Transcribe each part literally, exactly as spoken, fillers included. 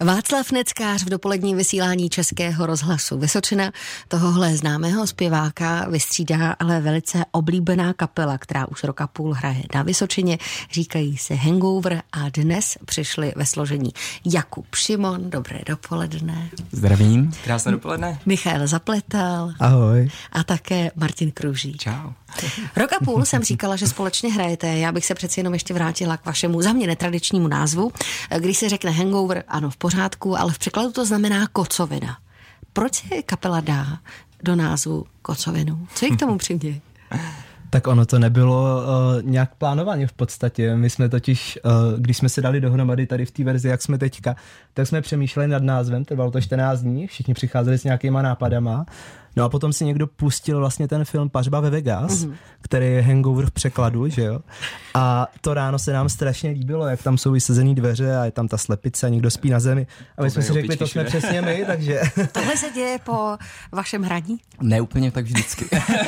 Václav Neckář v dopoledním vysílání Českého rozhlasu Vysočina. Tohohle známého zpěváka vystřídá ale velice oblíbená kapela, která už roka půl hraje na Vysočině. Říkají se Hangover a dnes přišli ve složení Jakub Šimon. Dobré dopoledne. Zdravím. Krásné dopoledne. Michal Zapletal. Ahoj. A také Martin Kružík. Čau. Rok a půl jsem říkala, že společně hrajete. Já bych se přeci jenom ještě vrátila k vašemu za mě netradičnímu názvu. Když se řekne Hangover, ano, v pořádku, ale v překladu to znamená kocovina. Proč se kapela dá do názvu kocovinu? Co jí k tomu přiměje? Tak ono to nebylo uh, nějak plánovaně v podstatě. My jsme totiž, uh, když jsme se dali dohromady tady v té verzi, jak jsme teďka, tak jsme přemýšleli nad názvem, trvalo to čtrnáct dní, všichni přicházeli s nějakýma nápadama. No a potom si někdo pustil vlastně ten film Pařba ve Vegas, mm-hmm. který je Hangover v překladu, že jo. A to ráno se nám strašně líbilo, jak tam jsou vysazený dveře a je tam ta slepice a někdo spí na zemi. A my jsme si řekli, to jsme přesně my, takže... Tohle se děje po vašem hraní? Ne úplně tak vždycky.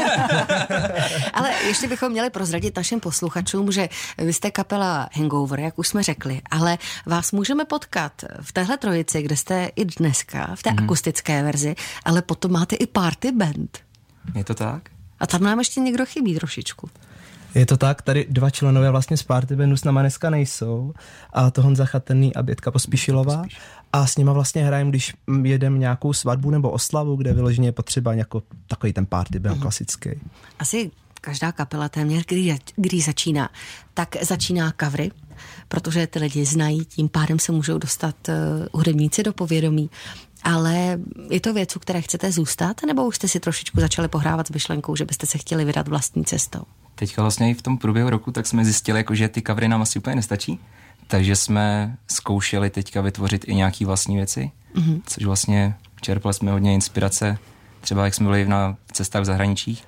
Ale ještě bychom měli prozradit našim posluchačům, že vy jste kapela Hangover, jak už jsme řekli, ale vás můžeme potkat v téhle trojici, kde jste i dneska, v té mm. akustické verzi, ale potom máte i party band. Je to tak? A tam nám ještě někdo chybí trošičku. Je to tak, tady dva členové vlastně z party bandu s náma dneska nejsou, a to Honza Chatrný a Bětka Pospíšilová. Pospíš. A s nima vlastně hrajeme, když jedeme nějakou svatbu nebo oslavu, kde vyloženě je potřeba jako takový ten party band mm. klasický. Asi každá kapela téměř, kdy, když začíná, tak začíná covery, protože ty lidi znají, tím pádem se můžou dostat uh, hudebníci do povědomí. Ale je to věc, u které chcete zůstat, nebo už jste si trošičku začali pohrávat s myšlenkou, že byste se chtěli vydat vlastní cestou? Teďka vlastně i v tom průběhu roku tak jsme zjistili, jako, že ty covery nám asi úplně nestačí, takže jsme zkoušeli teďka vytvořit i nějaký vlastní věci, mm-hmm. což vlastně čerpali jsme hodně inspirace, třeba jak jsme byli na cestách v zahraničích,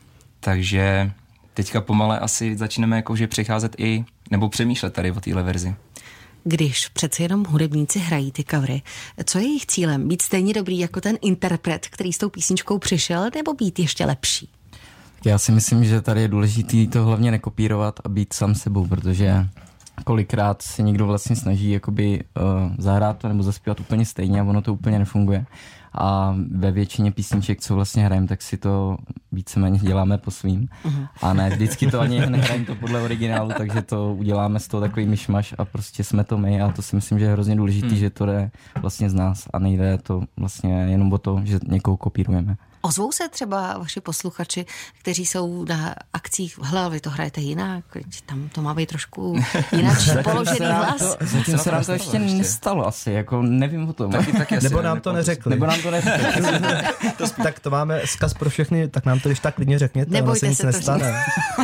takže teďka pomale asi začneme jakože přecházet i, nebo přemýšlet tady o téhle verzi. Když přece jenom hudebníci hrají ty covery, co je jejich cílem? Být stejně dobrý jako ten interpret, který s tou písničkou přišel, nebo být ještě lepší? Já si myslím, že tady je důležitý to hlavně nekopírovat a být sám sebou, protože kolikrát se někdo vlastně snaží jakoby uh, zahrát to nebo zaspívat úplně stejně a ono to úplně nefunguje. A ve většině písniček, co vlastně hrajeme, tak si to víceméně děláme po svým. Uh-huh. A ne, vždycky to ani nehrajeme to podle originálu, takže to uděláme z toho takový myšmaš a prostě jsme to my a to si myslím, že je hrozně důležitý, hmm. že to jde vlastně z nás a nejde to vlastně jenom o to, že někoho kopírujeme. Ozvou se třeba vaši posluchači, kteří jsou na akcích, hele, vy to hrajete jinak, tam to má být trošku jinak položený hlas. To, zatím se nám to ještě nestalo asi, jako nevím o tom. Taky, taky nebo nám to neřekli. Nebo nám to neřekli. Tak to máme vzkaz pro všechny, tak nám to když tak klidně řekněte, nebojte, se nic se nestane.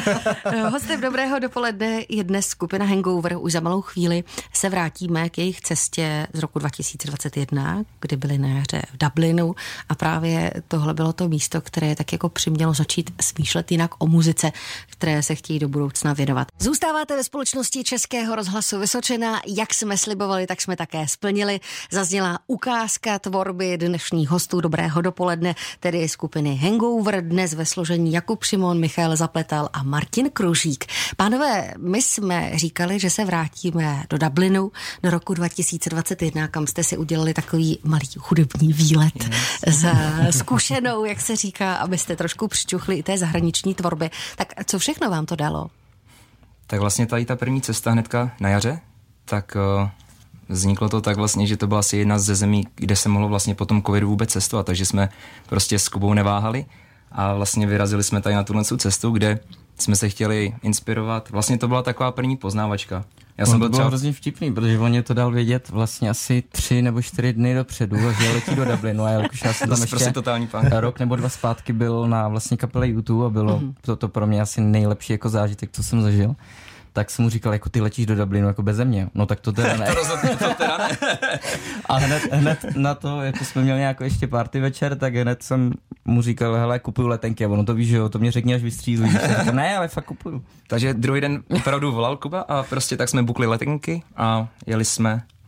Hostem Dobrého dopoledne je dnes skupina Hangover. Už za malou chvíli se vrátíme k jejich cestě z roku dva tisíce dvacet jedna, kdy byli na jaře v Dublinu a právě tohle bylo to místo, které je tak jako přimělo začít smýšlet jinak o muzice, které se chtějí do budoucna věnovat. Zůstáváte ve společnosti Českého rozhlasu Vysočina. Jak jsme slibovali, tak jsme také splnili. Zazněla ukázka tvorby dnešních hostů Dobrého dopoledne, tedy skupiny Hangover, dnes ve složení Jakub Šimon, Michal Zapletal a Martin Kružík. Pánové, my jsme říkali, že se vrátíme do Dublinu do roku dva tisíce dvacet jedna, kam jste si udělali takový malý hudební výlet yes. za zkušenou, jak se říká, abyste trošku přičuchli i té zahraniční tvorby. Tak co všechno vám to dalo? Tak vlastně tady ta první cesta hnedka na jaře, tak uh, vzniklo to tak vlastně, že to byla asi jedna ze zemí, kde se mohlo vlastně po tom covidu vůbec cestovat, takže jsme prostě s Kubou neváhali a vlastně vyrazili jsme tady na tuhle cestu, kde jsme se chtěli inspirovat. Vlastně to byla taková první poznávačka. Já jsem on byl to bylo třeba... hrozně vtipný, protože on mě to dal vědět vlastně asi tři nebo čtyři dny dopředu, že letí do Dublinu a jelikož já jsem tam ještě prostě totální rok nebo dva zpátky byl na vlastně kapele YouTube a bylo mm-hmm. to, to pro mě asi nejlepší jako zážitek, co jsem zažil. Tak jsem mu říkal, jako ty letíš do Dublinu jako beze mě. No tak to teda ne. to rozhodně, to teda ne. A hned, hned na to, jako jsme měli nějakou ještě party večer, tak hned jsem mu říkal, hele, kupuju letenky. A ono to víš, že jo, to mě řekni, až vystřízlíš. Ne, ale fakt kupuju. Takže druhý den opravdu volal Kuba a prostě tak jsme bukli letenky a jeli jsme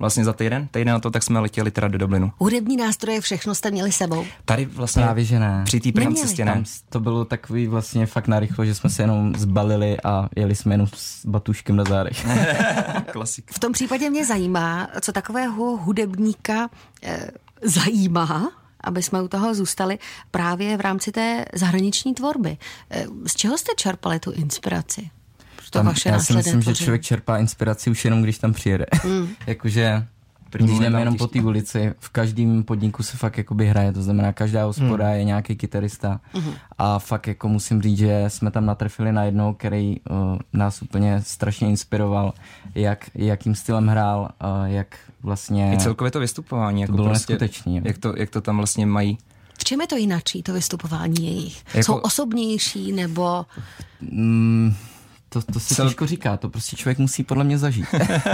vlastně za týden, týden na to, tak jsme letěli teda do Dublinu. Hudební nástroje, všechno jste měli sebou? Tady vlastně Právě, že ne. Při té první cestě ne. Tam to bylo takový vlastně fakt narychlo, že jsme se jenom zbalili a jeli jsme jenom s batuškem na zádech. Klasik. V tom případě mě zajímá, co takového hudebníka eh, zajímá, aby jsme u toho zůstali právě v rámci té zahraniční tvorby. Eh, z čeho jste čerpali tu inspiraci? Tam, já si myslím, že člověk čerpá inspiraci už jenom, když tam přijede. Mm. Jakože když jdeme jenom po té ulici, v každém podniku se fakt jakoby hraje, to znamená, každá hospoda mm. je nějaký kytarista mm. a fakt jako musím říct, že jsme tam natrefili na jednou, který uh, nás úplně strašně inspiroval, jak, jakým stylem hrál, uh, jak vlastně... I celkově to vystupování. Jako to bylo prostě, neskutečný. Jak to, jak to tam vlastně mají. V čem je to jináčí, to vystupování jejich? Jako... Jsou osobnější nebo... Mm, to, to se Cel... těžko říká, to prostě člověk musí podle mě zažít.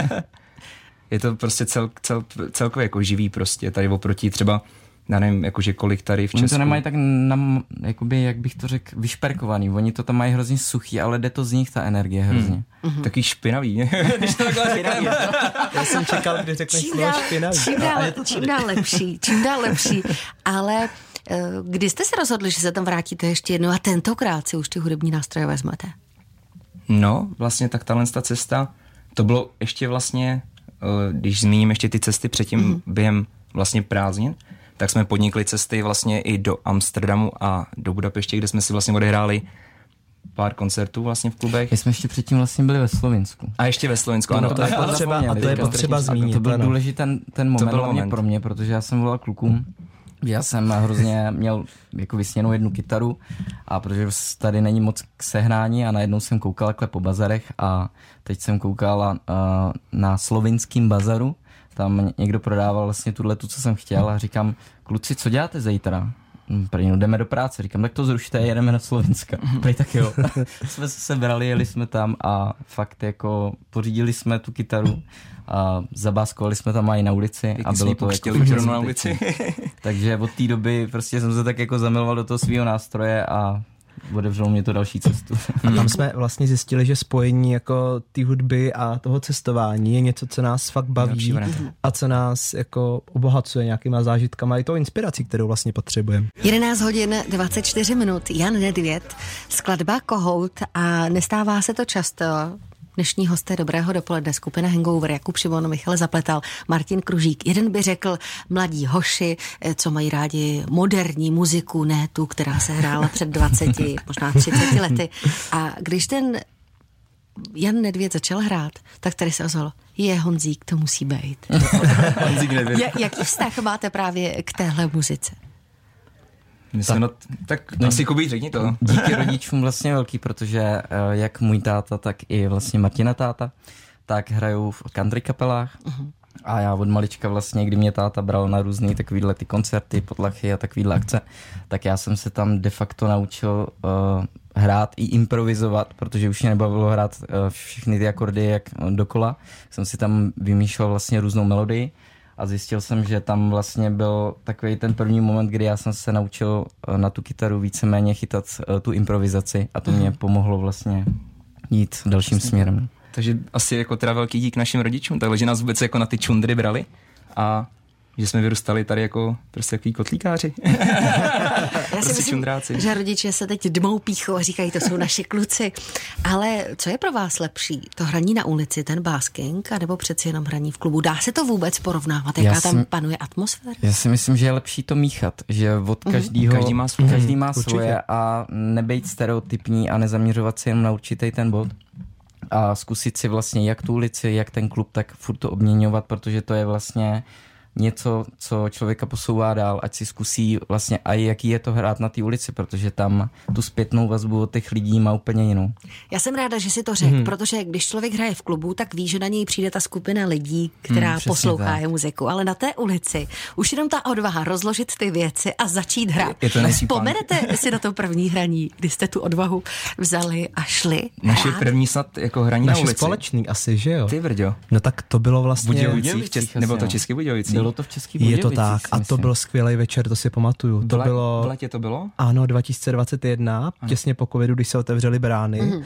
Je to prostě cel, cel, celkově jako živý prostě, tady oproti třeba, já nevím, jakože kolik tady v Česku. Oni to nemají tak, nam, jakoby, jak bych to řekl, vyšperkovaný, oni to tam mají hrozně suchý, ale jde to z nich ta energie hrozně. Hmm. Takový špinavý, když to takhle špinavý. Já jsem čekal, kdy řekneš čím slovo dál, špinavý. Čím dál, čím dál lepší, čím dál lepší, ale kdy jste se rozhodli, že se tam vrátíte ještě jednou a tentokrát si už ty hudební nástroje vezmete? No, vlastně tak tahle ta cesta, to bylo ještě vlastně, když zmíním ještě ty cesty předtím mm-hmm. během vlastně prázdnin, tak jsme podnikli cesty vlastně i do Amsterdamu a do Budapešti, kde jsme si vlastně odehráli pár koncertů vlastně v klubech. My jsme ještě předtím vlastně byli ve Slovinsku. A ještě ve Slovinsku, ano. To je potřeba, a to je potřeba zmínit. To byl důležitý ten, ten moment, moment pro mě, protože já jsem volal klukům, já jsem hrozně měl jako vysněnou jednu kytaru a protože tady není moc k sehnání a najednou jsem koukal takhle po bazarech a teď jsem koukal uh, na slovinským bazaru, tam někdo prodával vlastně tuhletu, co jsem chtěl a říkám, kluci, co děláte zítra? Prý, no, jdeme do práce, říkám, tak to zrušte, jedeme na Slovinska. Prý, tak jo. Jsme se sebrali, jeli jsme tam a fakt jako pořídili jsme tu kytaru a zabáskovali jsme tam i na ulici. Jak a bylo to jako už na ulici. Takže od té doby prostě jsem se tak jako zamiloval do toho svého nástroje a otevřelo mě to další cestu. A tam jsme vlastně zjistili, že spojení jako té hudby a toho cestování je něco, co nás fakt baví a co nás jako obohacuje nějakýma zážitkama i tou inspirací, kterou vlastně potřebujeme. jedenáct hodin dvacet čtyři minut, Jan Nedvěd, skladba Kohout a nestává se to často. Dnešní hosté Dobrého dopoledne, skupina Hangover, Jakub Šimon, Michal Zapletal, Martin Kružík. Jeden by řekl mladí hoši, co mají rádi moderní muziku, ne tu, která se hrála před dvaceti, možná třiceti lety. A když ten Jan Nedvěd začal hrát, tak tady se ozvalo, je Honzík, to musí být. Honzík Nedvěd. Jaký vztah máte právě k téhle muzice? Myslím, tak, no, tak no, asi Kubí, řekni to. Díky rodičům vlastně velký, protože uh, jak můj táta, tak i vlastně Martina táta, tak hrajou v country kapelách. Uh-huh. A já od malička vlastně, kdy mě táta bral na různý takovýhle ty koncerty, potlachy a takovýhle akce, tak já jsem se tam de facto naučil uh, hrát i improvizovat, protože už mě nebavilo hrát uh, všechny ty akordy jak dokola. Jsem si tam vymýšlel vlastně různou melodii. A zjistil jsem, že tam vlastně byl takový ten první moment, kdy já jsem se naučil na tu kytaru víceméně chytat tu improvizaci a to mě pomohlo vlastně jít dalším Přesně. směrem. Takže asi jako teda velký dík našim rodičům, takže nás vůbec jako na ty čundry brali a že jsme vyrůstali tady jako prostě takový kotlíkáři. Já si myslím, čundráci. Že rodiče se teď dmou píchou a říkají, to jsou naši kluci. Ale co je pro vás lepší? To hraní na ulici, ten basking, anebo přeci jenom hraní v klubu? Dá se to vůbec porovnávat? Jaká já tam si, panuje atmosféra? Já si myslím, že je lepší to míchat, že od každýho, každý má svoje, každý má svoje a nebejt stereotypní a nezaměřovat se jenom na určitý ten bod. A zkusit si vlastně jak tu ulici, jak ten klub, tak furt to obměňovat, protože to je vlastně něco, co člověka posouvá dál, ať si zkusí vlastně a jaký je to hrát na té ulici, protože tam tu zpětnou vazbu od těch lidí má úplně jinou. Já jsem ráda, že si to řekl, hmm. protože když člověk hraje v klubu, tak ví, že na něj přijde ta skupina lidí, která hmm, poslouchá je muziku, ale na té ulici už jenom ta odvaha rozložit ty věci a začít hrát. Vzpomenete si na to první hraní, kdy jste tu odvahu vzali a šli Naši hrát? První snad jako hraní Naši na ulici. Společný asi, že jo? Ty brďo. No tak to bylo vlastně Budějovicích, nebo to České Budějovicí. bylo to v Český Budějovicích. Je to tak a to byl skvělý večer, to si pamatuju. To v, le- bylo, v letě to bylo? Ano, dva tisíce dvacet jedna, ano. Těsně po covidu, když se otevřely brány mm.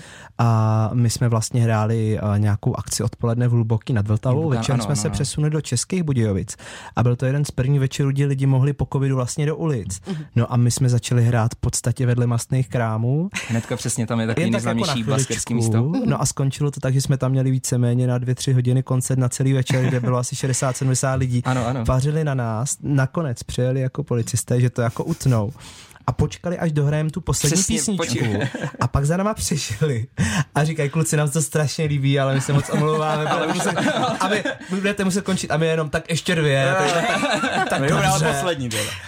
a my jsme vlastně hráli uh, nějakou akci odpoledne v Hluboký nad Vltavou. Večer ano, jsme ano, se ano. přesunuli do Českých Budějovic a byl to jeden z prvních večerů, kdy lidi mohli po covidu vlastně do ulic. Mm. No a my jsme začali hrát v podstatě vedle mastných krámů. Hnedka přesně tam je takový tak nejznámější jako baskerský místo. No a skončilo to tak, že jsme tam měli víceméně na dvě, tři hodiny koncert na celý večer, kde bylo asi šedesát sedmdesát lidí. Ano, ano. Pařili na nás, nakonec přijeli jako policisté, že to jako utnou. A počkali, až dohrajeme tu poslední Přesně, písničku. Počkej. A pak za náma přišli a říkají, kluci, nám to strašně líbí, ale my se moc omlouváme. ale muset, a my budete muset končit a my jenom tak ještě dvě. Tak, tak dobře. Poslední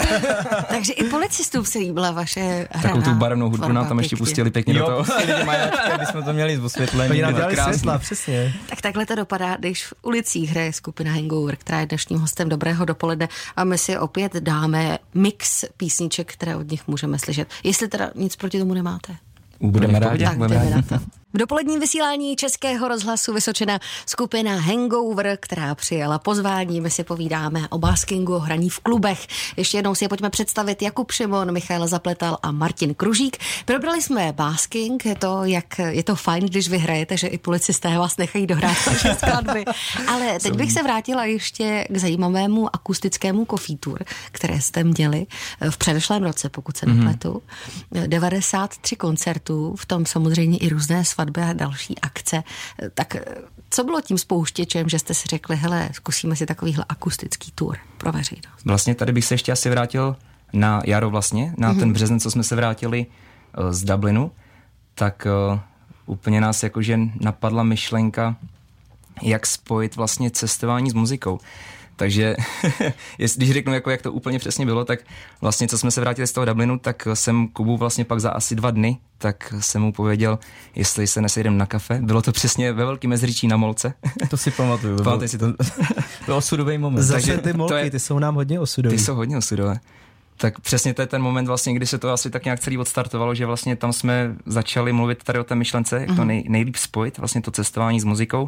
Takže i policistům se líbila vaše hra. Takovou tu barevnou hudbu nám tam ještě pustili pěkně jo, do toho. když jsme to měli osvětlení. Oni nám dělali světla, přesně. Tak takhle to dopadá, když v ulicích hraje skupina Hangover, která je dnešním hostem Dobrého dopoledne a my si opět dáme mix písniček, které od nich můžeme slyšet. Jestli teda nic proti tomu nemáte. Budeme rádi. Tak jdeme na to. V dopoledním vysílání Českého rozhlasu Vysočina skupina Hangover, která přijala pozvání. My si povídáme o baskingu, o hraní v klubech. Ještě jednou si je pojďme představit Jakub Šimon, Michal Zapletal a Martin Kružík. Probrali jsme basking, je to, jak, je to fajn, když vy hrajete, že i policisté vás nechají dohrát vaše skladby. Ale teď bych se vrátila ještě k zajímavému akustickému Coffee Tour, které jste měli v předešlém roce, pokud se nepletu. Mm-hmm. devadesát tři koncertů, v tom samozřejmě i různé svatby a další akce. Tak co bylo tím spouštěčem, že jste si řekli, hele, zkusíme si takovýhle akustický tour pro veřejnost? Vlastně tady bych se ještě asi vrátil na jaro vlastně, na mm-hmm. ten březen, co jsme se vrátili uh, z Dublinu, tak uh, úplně nás jakože napadla myšlenka, jak spojit vlastně cestování s muzikou. Takže když řeknu, jako jak to úplně přesně bylo, tak vlastně, co jsme se vrátili z toho Dublinu, tak jsem Kubu vlastně pak za asi dva dny, tak jsem mu pověděl, jestli se nesejdem na kafe. Bylo to přesně ve Velký Meziříčí na Molce. To si pamatuju. Pamatuj si to. To byl osudový moment. Zase ty molky, je, ty jsou nám hodně osudové. Ty jsou hodně osudové. Tak přesně to je ten moment vlastně, kdy se to asi tak nějak celý odstartovalo, že vlastně tam jsme začali mluvit tady o té myšlence, jak to nej, nejlíp spojit, vlastně to cestování s muzikou.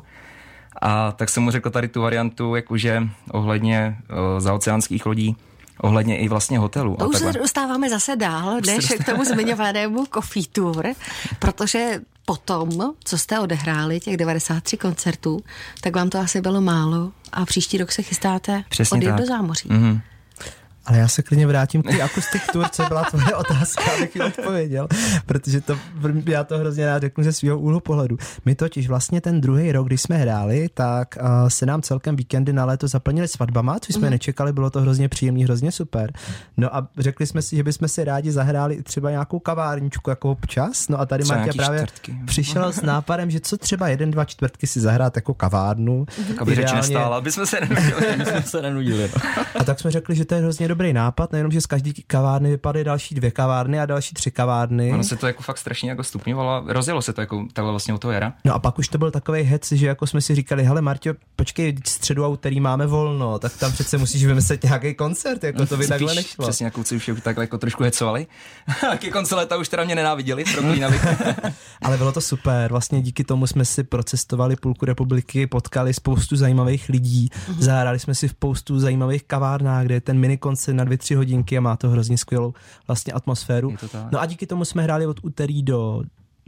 A tak jsem mu řekl tady tu variantu, jakože ohledně uh, zaoceánských lodí, ohledně i vlastně hotelů. To už se dostáváme zase dál, než k tomu zmiňovanému Coffee Tour, protože potom, co jste odehráli, těch devadesát tři koncertů, tak vám to asi bylo málo a příští rok se chystáte odjet do zámoří. Mm-hmm. Ale já se klidně vrátím k té Acoustic Tour, co byla tvoje otázka, abych ji odpověděl, protože to, já to hrozně rád řeknu ze svého úhlu pohledu. My totiž vlastně ten druhý rok, když jsme hráli, tak uh, se nám celkem víkendy na léto zaplnili svatbama, což jsme mm. nečekali, bylo to hrozně příjemný, hrozně super. No a řekli jsme si, že bychom si rádi zahráli třeba nějakou kavárničku jako občas, no a tady Marta právě čtvrtky. Přišel s nápadem, že co třeba jeden, dva čtvrtky si zahrát jako kavárnu. Tak aby řeč nestála, aby jsme se nenudili. jsme se nenudili. A tak jsme řekli, že to je hrozně dobrý nápad, nejenom, že z každé kavárny vypadaly další dvě kavárny a další tři kavárny. Ono se to jako fakt strašně jako stupňovalo, rozjelo se to jako takhle vlastně od toho jara. No a pak už to byl takovej hec, že jako jsme si říkali, hele Marťo, počkej, středu a úterý máme volno, tak tam přece musíš vymyslet nějaký koncert, jako to by takhle nešlo. Přesně, jako kluci už takhle jako trošku hecovali. Ke konci léta už teda mě nenáviděli, proklínali. Ale bylo to super, vlastně díky tomu jsme si procestovali půlku republiky, potkali spoustu zajímavých lidí, mm-hmm. zahráli jsme si v spoustu zajímavých kavárnách, kde je ten mini koncert na dvě, tři hodinky a má to hrozně skvělou vlastně atmosféru. No a díky tomu jsme hráli od úterý do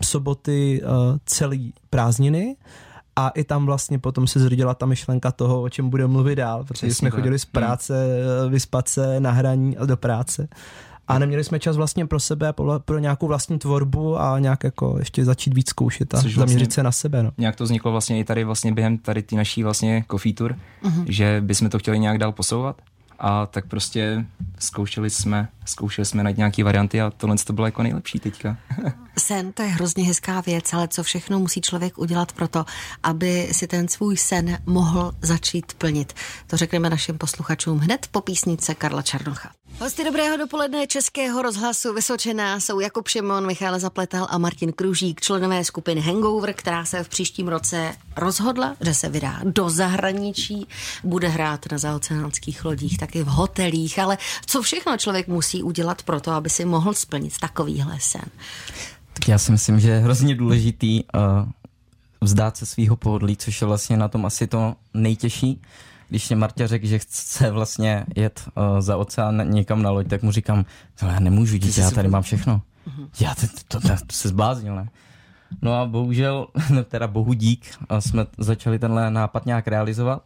soboty uh, celý prázdniny a i tam vlastně potom se zrodila ta myšlenka toho, o čem budeme mluvit dál, protože Přesně jsme tak. chodili z práce, hmm. vyspat se, na hraní a do práce. A neměli jsme čas vlastně pro sebe, pro, pro nějakou vlastní tvorbu a nějak jako ještě začít víc zkoušet a Což zaměřit vlastně se na sebe. No. Nějak to vzniklo vlastně i tady vlastně během tady ty naší vlastně Coffee Tour, uh-huh. že bychom to chtěli nějak dál posouvat. A tak prostě zkoušeli jsme, zkoušeli jsme najít nějaký varianty a tohle to bylo jako nejlepší teďka. Sen, to je hrozně hezká věc, ale co všechno musí člověk udělat pro to, aby si ten svůj sen mohl začít plnit. To řekneme našim posluchačům hned po písničce Karla Černocha. Hosty Dobrého dopoledne Českého rozhlasu Vysočina jsou Jakub Šimon, Michal Zapletal a Martin Kružík, členové skupiny Hangover, která se v příštím roce rozhodla, že se vydá do zahraničí, bude hrát na zaoceánských lodích, taky v hotelích, ale co všechno člověk musí udělat pro to, aby si mohl splnit takovýhle sen? Tak já si myslím, že je hrozně důležitý uh, vzdát se svýho pohodlí, což je vlastně na tom asi to nejtěžší, když mě Marta řekl, že chce vlastně jet uh, za oceán někam na loď, tak mu říkám, já nemůžu, dítě, já tady mám všechno. Já to, to, to, to se zbláznil, ne? No a bohužel, teda bohu dík, jsme začali tenhle nápad nějak realizovat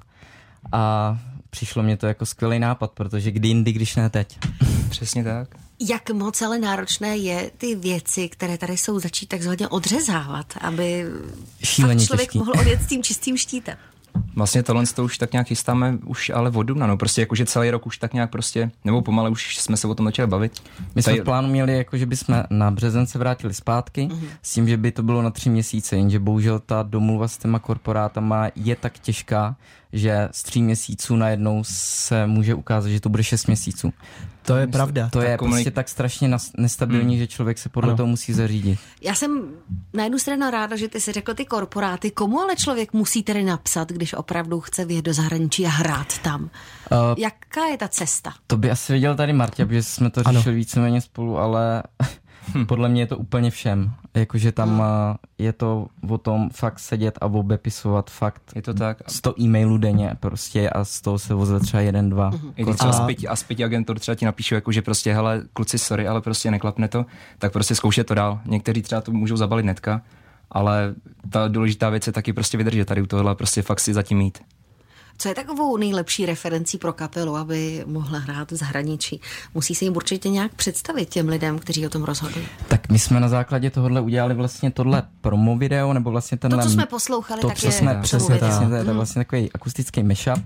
a přišlo mě to jako skvělý nápad, protože kdy jindy, když ne teď. Přesně tak. Jak moc ale náročné je ty věci, které tady jsou, začít takzvaně odřezávat, aby Šíleně člověk těžký. mohl odjet s tím čistým štítem? Vlastně tohle to už tak nějak chystáme už ale od dubna, no prostě jakože celý rok už tak nějak prostě, nebo pomale už jsme se o tom začali bavit. My jsme Tady... v plánu měli, jako, že bychom na březen se vrátili zpátky, mm-hmm. s tím, že by to bylo na tři měsíce, jenže bohužel ta domluva s těma korporátama je tak těžká, že z tří měsíců najednou se může ukázat, že to bude šest měsíců. To je pravda. To je komunik- prostě tak strašně nestabilní, hmm. že člověk se podle ano. toho musí zařídit. Já jsem na jednu stranu ráda, že ty si řekl ty korporáty. Komu ale člověk musí tedy napsat, když opravdu chce vyjet do zahraničí a hrát tam? Uh, Jaká je ta cesta? To by asi věděl tady Marta, protože jsme to ano. řešili víceméně spolu, ale hm. podle mě je to úplně všem. Jakože tam hmm. je to o tom fakt sedět a obepisovat fakt je to tak. sto e-mailů denně prostě a z toho se ozve třeba jeden, dva. Hmm. I třeba z pěti, a z pěti agentur třeba ti napíšu, jako, že prostě hele, kluci, sorry, ale prostě neklapne to, tak prostě zkoušet to dál. Někteří třeba to můžou zabalit netka, ale ta důležitá věc je taky prostě vydržet tady u tohohle, prostě fakt si zatím jít. Co je takovou nejlepší referencí pro kapelu, aby mohla hrát v zahraničí? Musí se jim určitě nějak představit těm lidem, kteří o tom rozhodují. Tak my jsme na základě tohohle udělali vlastně tohle promo video, nebo vlastně tenhle... To, co jsme poslouchali, to, tak co je jsme, přesně, přesně, to je to vlastně takový akustický mashup,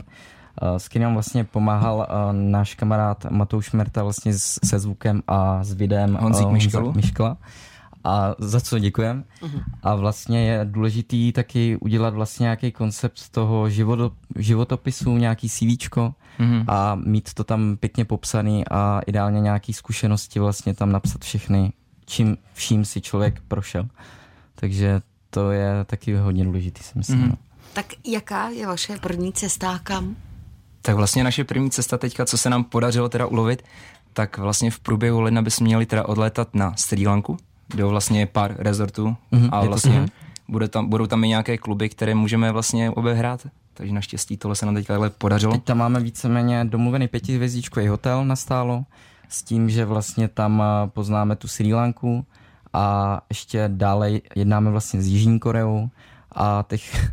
s kterým vlastně pomáhal uh, náš kamarád Matouš Merta vlastně s, se zvukem a s videem Honzík uh, Miškla. A za co děkujem. Uh-huh. A vlastně je důležitý taky udělat vlastně nějaký koncept toho životo, životopisu, nějaký CVčko uh-huh. a mít to tam pěkně popsaný a ideálně nějaký zkušenosti vlastně tam napsat všechny, čím vším si člověk prošel. Takže to je taky hodně důležitý, si myslím. Uh-huh. Tak jaká je vaše první cesta kam? Tak vlastně naše první cesta teďka, co se nám podařilo teda ulovit, tak vlastně v průběhu ledna bychom měli teda odlétat na Srí Lanku, kde vlastně pár rezortů mm-hmm, a vlastně bude tam, budou tam i nějaké kluby, které můžeme vlastně obehrát, takže naštěstí tohle se nám teďka podařilo. Teď tam máme víceméně domluvený pětihvězdičkový hotel nastálo, s tím, že vlastně tam poznáme tu Srí Lanku a ještě dále jednáme vlastně s Jižní Koreou. A teď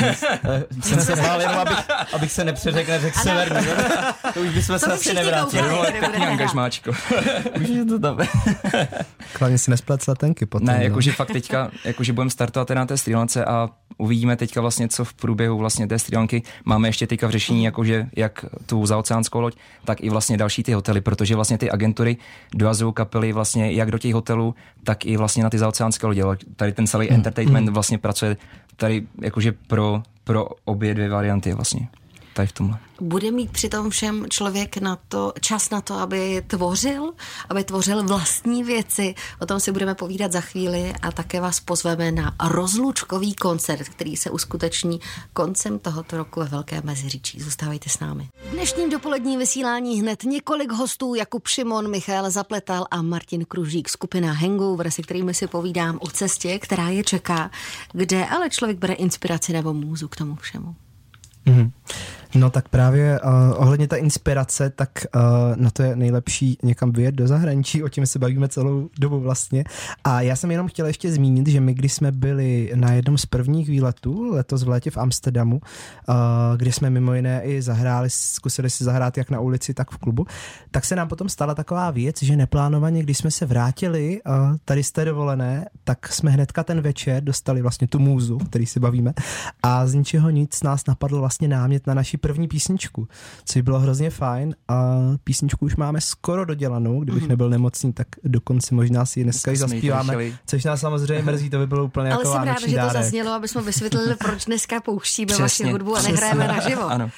jsem se bál jenom, abych, abych se nepřeřekl, neřekl severní. To už bychom se asi nevrátili. Pěkný angažmáčko. Už je to tam. Hlavně si nesplet letenky potom. Ne, jakože fakt teďka, jakože budeme startovat na té Srí Lance a uvidíme teďka vlastně, co v průběhu vlastně té Srí Lanky máme ještě teďka v řešení, jakože jak tu zaoceánskou loď, tak i vlastně další ty hotely, protože vlastně ty agentury dojazují kapely vlastně jak do těch hotelů, tak i vlastně na ty zaoceánské lodě. Tady ten celý hmm. entertainment vlastně pracuje tady jakože pro, pro obě dvě varianty vlastně. Tady v tomhle. Bude mít přitom všem člověk na to, čas na to, aby tvořil, aby tvořil vlastní věci. O tom si budeme povídat za chvíli a také vás pozveme na rozlučkový koncert, který se uskuteční koncem tohoto roku ve Velké Meziříčí. Zůstávejte s námi. V dnešním dopoledním vysílání hned několik hostů: Jakub Šimon, Michal Zapletal a Martin Kružík, skupina Hangover, se kterými si povídám o cestě, která je čeká, kde ale člověk bere inspiraci nebo můzu k tomu všemu. Mm-hmm. No tak právě uh, ohledně ta inspirace, tak uh, na to je nejlepší někam vyjet do zahraničí, o tím se bavíme celou dobu vlastně. A já jsem jenom chtěla ještě zmínit, že my, když jsme byli na jednom z prvních výletů, letos v létě v Amsterdamu, uh, kde jsme mimo jiné i zahráli, zkusili si zahrát jak na ulici, tak v klubu, tak se nám potom stala taková věc, že neplánovaně, když jsme se vrátili uh, tady z té dovolené, tak jsme hnedka ten večer dostali vlastně tu můzu, který si bavíme, a z ničeho nic nás napadl vlastně námět na naši první písničku, což bylo hrozně fajn a písničku už máme skoro dodělanou, kdybych mm. nebyl nemocný, tak dokonce možná si ji dneska i zaspíváme, což nás samozřejmě mrzí, to by bylo úplně jako vánoční dárek. Ale jsem ráda, že to zaznělo, aby jsme vysvětlili, proč dneska pouštíme vaši hudbu a nehrajeme naživo. Ano.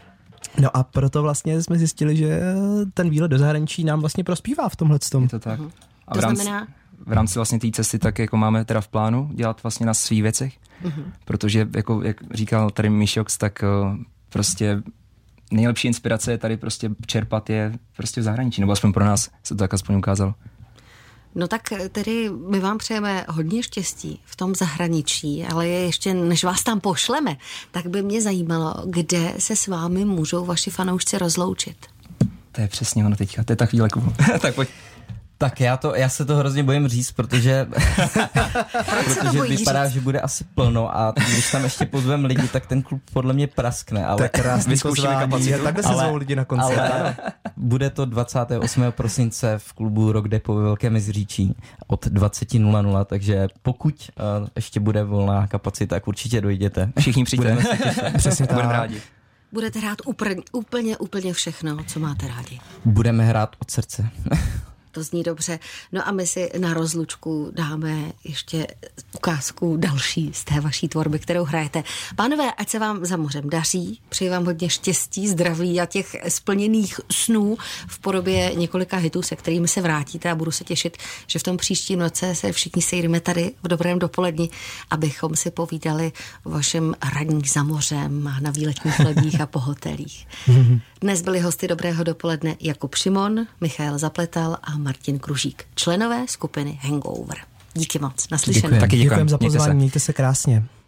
No a proto vlastně jsme zjistili, že ten výlet do zahraničí nám vlastně prospívá v tomhletom. Je to tak. Uh-huh. A to v rámci, znamená? v rámci vlastně té cesty tak jako máme teda v plánu dělat vlastně na svých věcech, uh-huh. protože jako jak říkal tady Mišox, tak uh, prostě nejlepší inspirace je tady prostě čerpat je prostě v zahraničí, nebo aspoň pro nás se to tak aspoň ukázalo. No tak tedy my vám přejeme hodně štěstí v tom zahraničí, ale ještě než vás tam pošleme, tak by mě zajímalo, kde se s vámi můžou vaši fanoušci rozloučit. To je přesně ono teďka, to je ta chvíle, Kubo. Tak pojď. Tak já, to, já se to hrozně bojím říct, protože, protože vypadá, říct? že bude asi plno a když tam ještě pozveme lidi, tak ten klub podle mě praskne. Ale tak krásný pozvání, takhle se zvou lidi na koncert. Ale bude to dvacátého osmého prosince v klubu Rock Depo ve Velkém Meziříčí od dvacet nula nula, takže pokud uh, ještě bude volná kapacita, tak určitě dojděte. Všichni přijďte. Přesně tak. Budeme rádi. Budete hrát úplně, úplně, úplně všechno, co máte rádi. Budeme hrát od srdce. To zní dobře. No a my si na rozlučku dáme ještě ukázku další z té vaší tvorby, kterou hrajete. Pánové, ať se vám za mořem daří, přeji vám hodně štěstí, zdraví a těch splněných snů v podobě několika hitů, se kterými se vrátíte a budu se těšit, že v tom příštím roce se všichni sejdeme tady v dobrém dopoledni, abychom si povídali o vašem hraní za mořem a na výletních lodích a po hotelích. Dnes byli hosty Dobrého dopoledne Jakub Šimon, Michael Zapletal a Martin Kružík, členové skupiny Hangover. Díky moc, naslyšenou. Děkujeme. Taky děkujeme za pozvání, mějte se krásně.